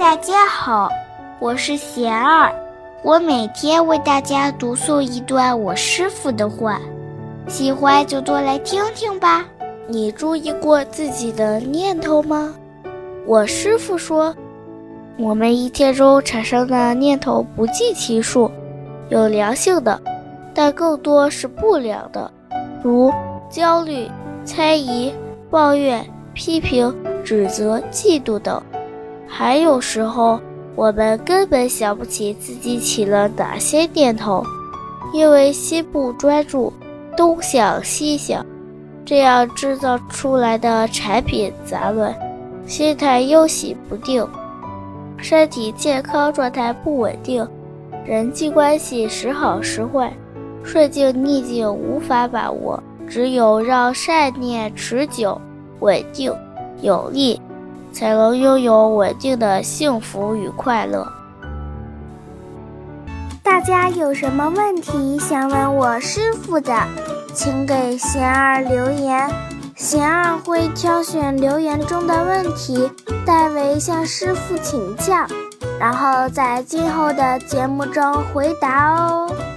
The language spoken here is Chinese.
大家好，我是贤儿，我每天为大家读诵一段我师父的话，喜欢就多来听听吧。你注意过自己的念头吗？我师父说，我们一天中产生的念头不计其数，有良性的，但更多是不良的，如焦虑、猜疑、抱怨、批评、指责、嫉妒等。还有时候我们根本想不起自己起了哪些念头，因为心不专注，东想西想，这样制造出来的产品杂乱，心态忧喜不定，身体健康状态不稳定，人际关系时好时坏，顺境逆境无法把握，只有让善念持久、稳定、有力，才能拥有稳定的幸福与快乐。 大家有什么问题想问我师父的，请给贤儿留言，贤儿会挑选留言中的问题，代为向师父请教，然后在今后的节目中回答哦。